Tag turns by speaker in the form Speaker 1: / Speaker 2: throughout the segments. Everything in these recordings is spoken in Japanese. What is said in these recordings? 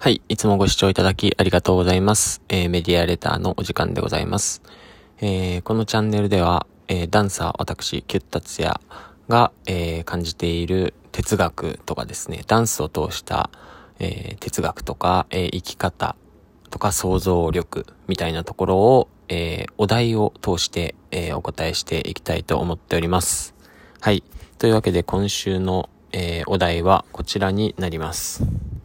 Speaker 1: はい。いつもご視聴いただきありがとうございます。メディアレターのお時間でございます。このチャンネルでは、ダンサー私、キュッ達也が、感じている哲学とかですね、ダンスを通した、哲学とか、生き方とか想像力みたいなところを、お題を通して、お答えしていきたいと思っております。はい。というわけで今週の、お題はこちらになります。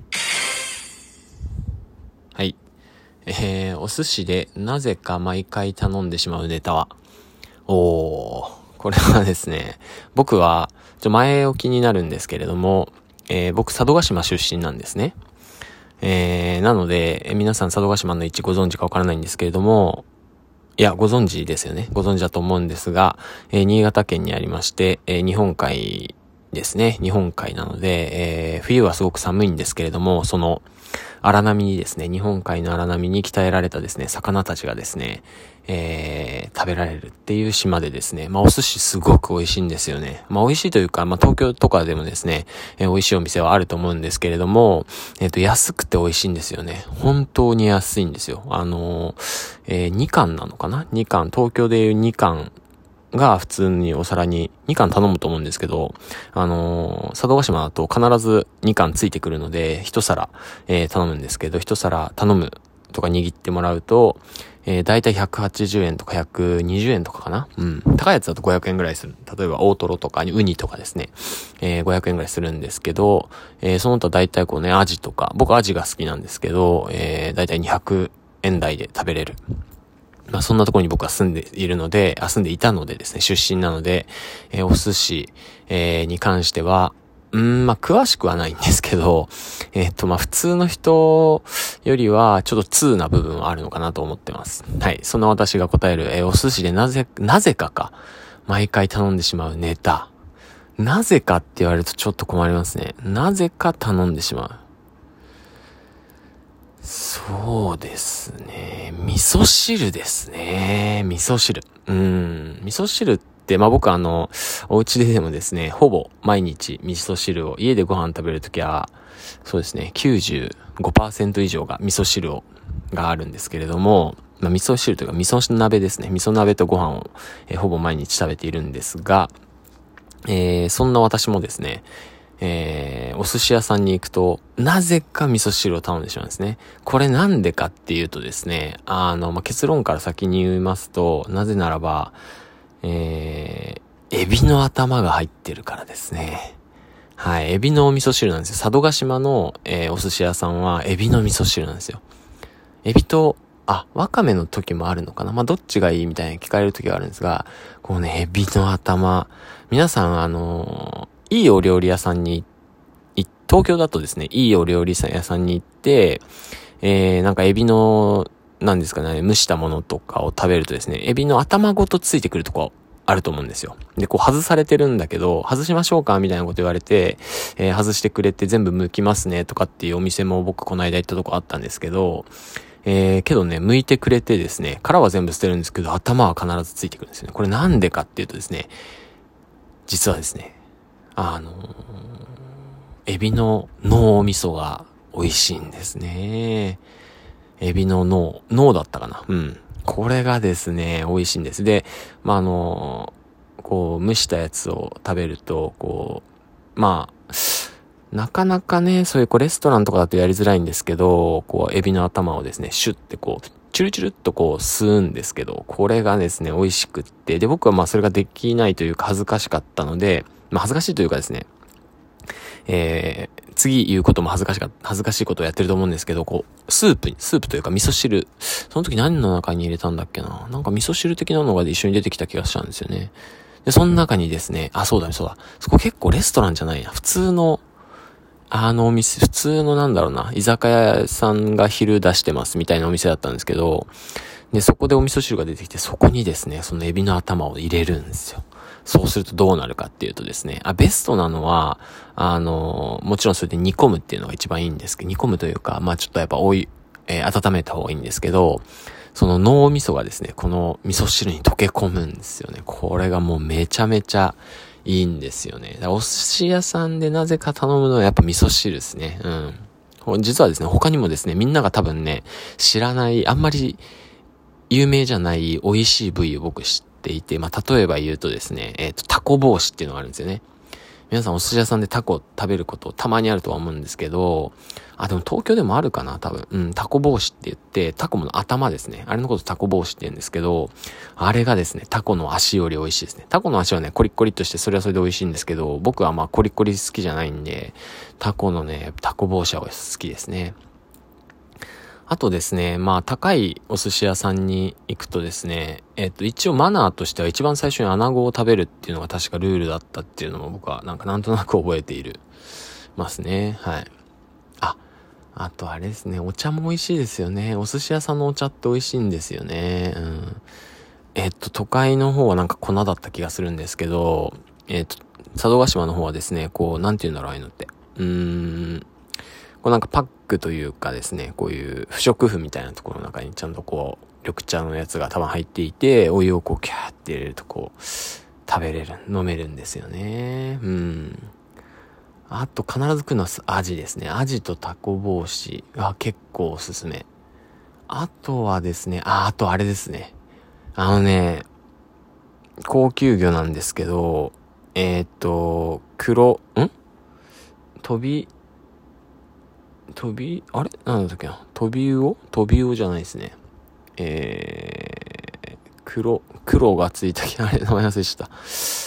Speaker 1: はい。お寿司でなぜか毎回頼んでしまうネタは。これはですね、僕は、前置きになるんですけれども、僕、佐渡島出身なんですね。なので、皆さん佐渡島の位置ご存知かわからないんですけれども、いや、ご存知ですよね。ご存知だと思うんですが、新潟県にありまして、日本海ですね。日本海なので、冬はすごく寒いんですけれども、その荒波にですね、日本海の荒波に鍛えられたですね、魚たちがですね、食べられるっていう島でですね、お寿司すごく美味しいんですよね。美味しいというか、東京とかでもですね、美味しいお店はあると思うんですけれども、安くて美味しいんですよね。本当に安いんですよ。2貫なのかな ?2 貫、東京でいう2貫が普通にお皿に2貫頼むと思うんですけど、佐渡島だと必ず2貫ついてくるので、1皿、頼むんですけど、1皿頼むとか握ってもらうと、だいたい180円とか120円とかかな。高いやつだと500円ぐらいする。例えば大トロとかウニとかですね、500円ぐらいするんですけど、その他だいたいアジとか、僕アジが好きなんですけど、だいたい200円台で食べれる。そんなところに僕は住んでいたのでですね、出身なので、お寿司、に関しては、詳しくはないんですけど、普通の人よりは、ちょっと通な部分はあるのかなと思ってます。はい。そんな私が答える、お寿司でなぜか、毎回頼んでしまうネタ。なぜかって言われるとちょっと困りますね。なぜか頼んでしまう。そうですね。味噌汁ですね。味噌汁。味噌汁って、僕お家でもですね、ほぼ毎日味噌汁を、家でご飯食べるときは、そうですね、95% 以上が味噌汁があるんですけれども、味噌汁というか味噌鍋ですね。味噌鍋とご飯を、ほぼ毎日食べているんですが、そんな私もですね、お寿司屋さんに行くと、なぜか味噌汁を頼んでしまうんですね。これなんでかっていうとですね、結論から先に言いますと、なぜならば、エビの頭が入ってるからですね。はい、エビのお味噌汁なんですよ。佐渡島の、お寿司屋さんはエビの味噌汁なんですよ。エビと、わかめの時もあるのかなどっちがいいみたいに聞かれる時があるんですが、エビの頭、皆さんいいお料理屋さんに、東京だとですね、いいお料理屋さんに行って、なんかエビの、なんですかね、蒸したものとかを食べるとですね、エビの頭ごとついてくるとこあると思うんですよ。で、外されてるんだけど、外しましょうかみたいなこと言われて、外してくれて全部剥きますねとかっていうお店も僕この間行ったとこあったんですけど、けどね、剥いてくれてですね、殻は全部捨てるんですけど、頭は必ずついてくるんですよね。これなんでかっていうとですね、実はですね、エビの脳みそが美味しいんですね。エビの脳だったかな。これがですね、美味しいんです。で、蒸したやつを食べると、なかなかね、そういうレストランとかだとやりづらいんですけど、エビの頭をですね、シュッてチュルチュルっと吸うんですけど、これがですね、美味しくって、で、僕はそれができないというか恥ずかしかったので、恥ずかしいというかですね、次言うことも恥ずかしいことをやってると思うんですけど、スープというか味噌汁、その時何の中に入れたんだっけな、なんか味噌汁的なのが一緒に出てきた気がしたんですよね。で、その中にですね、そうだ。そこ結構レストランじゃないな。普通の、お店、普通の居酒屋さんが昼出してますみたいなお店だったんですけど、で、そこでお味噌汁が出てきて、そこにですね、そのエビの頭を入れるんですよ。そうするとどうなるかっていうとですね、ベストなのは、もちろんそれで煮込むっていうのが一番いいんですけど、煮込むというか、ちょっとやっぱ温めた方がいいんですけど、その脳みそがですね、この味噌汁に溶け込むんですよね。これがもうめちゃめちゃいいんですよね。お寿司屋さんでなぜか頼むのはやっぱ味噌汁ですね。 実はですね、他にもですね、みんなが多分ね、知らない、あんまり有名じゃない美味しい部位を僕知っていて、例えば言うとですね、タコ帽子っていうのがあるんですよね。皆さんお寿司屋さんでタコ食べることたまにあるとは思うんですけど、でも東京でもあるかな、多分。タコ帽子って言って、タコの頭ですね。あれのことタコ帽子って言うんですけど、あれがですね、タコの足より美味しいですね。タコの足はね、コリッコリっとしてそれはそれで美味しいんですけど、僕はコリッコリ好きじゃないんで、タコ帽子は好きですね。あとですね、高いお寿司屋さんに行くとですね、一応マナーとしては一番最初に穴子を食べるっていうのが確かルールだったっていうのも僕はなんとなく覚えてますね。はい。あとあれですね、お茶も美味しいですよね。お寿司屋さんのお茶って美味しいんですよね。都会の方は粉だった気がするんですけど、佐渡島の方はですね、なんて言うんだろう、ああいうのって。パックというかですね、こういう不織布みたいなところの中にちゃんと緑茶のやつが多分入っていて、お湯をキャーって入れると食べれる、飲めるんですよね。あと必ず食うのはアジですね。アジとタコ帽子が結構おすすめ。あとはですね、あとあれですね。高級魚なんですけど、なんだっけな。トビウオじゃないですね。黒がついた名前忘れちゃった。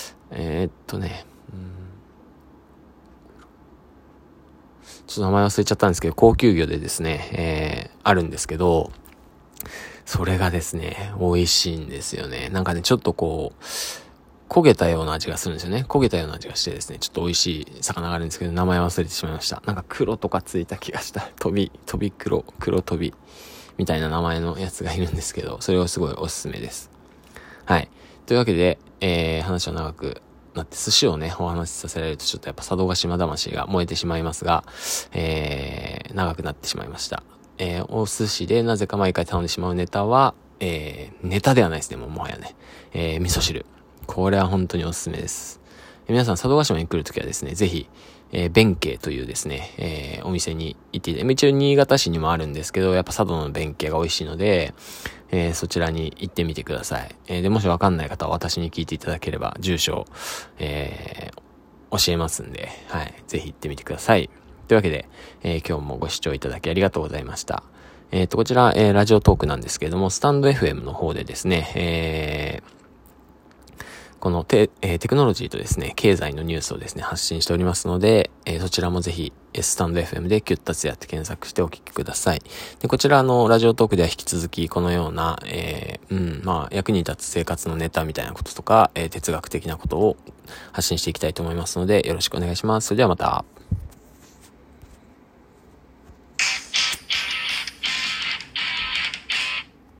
Speaker 1: ちょっと名前忘れちゃったんですけど、高級魚でですね、あるんですけど、それがですね、美味しいんですよね。ちょっと焦げたような味がするんですよね。焦げたような味がしてですね、ちょっと美味しい魚があるんですけど、名前忘れてしまいました。黒とかついた気がした。黒飛び、みたいな名前のやつがいるんですけど、それをすごいおすすめです。はい。というわけで、話は長くなって、寿司をね、お話しさせられるとちょっとやっぱ佐渡島魂が燃えてしまいますが、長くなってしまいました。お寿司でなぜか毎回頼んでしまうネタは、ネタではないですね、もはやね。味噌汁。これは本当におすすめです。皆さん佐渡島に来るときはですね、ぜひ、弁慶というですね、お店に行っていて、一応新潟市にもあるんですけど、やっぱ佐渡の弁慶が美味しいので、そちらに行ってみてください。で、もしわかんない方は私に聞いていただければ、住所、教えますんで、はい、ぜひ行ってみてください。というわけで、今日もご視聴いただきありがとうございました。こちら、ラジオトークなんですけれども、スタンド FM の方でですね、このテクノロジーとですね、経済のニュースをですね、発信しておりますので、そちらもぜひ、スタンド FM でキュッ達也って検索してお聞きください。で、こちらラジオトークでは引き続き、このような、役に立つ生活のネタみたいなこととか、哲学的なことを発信していきたいと思いますので、よろしくお願いします。それではまた。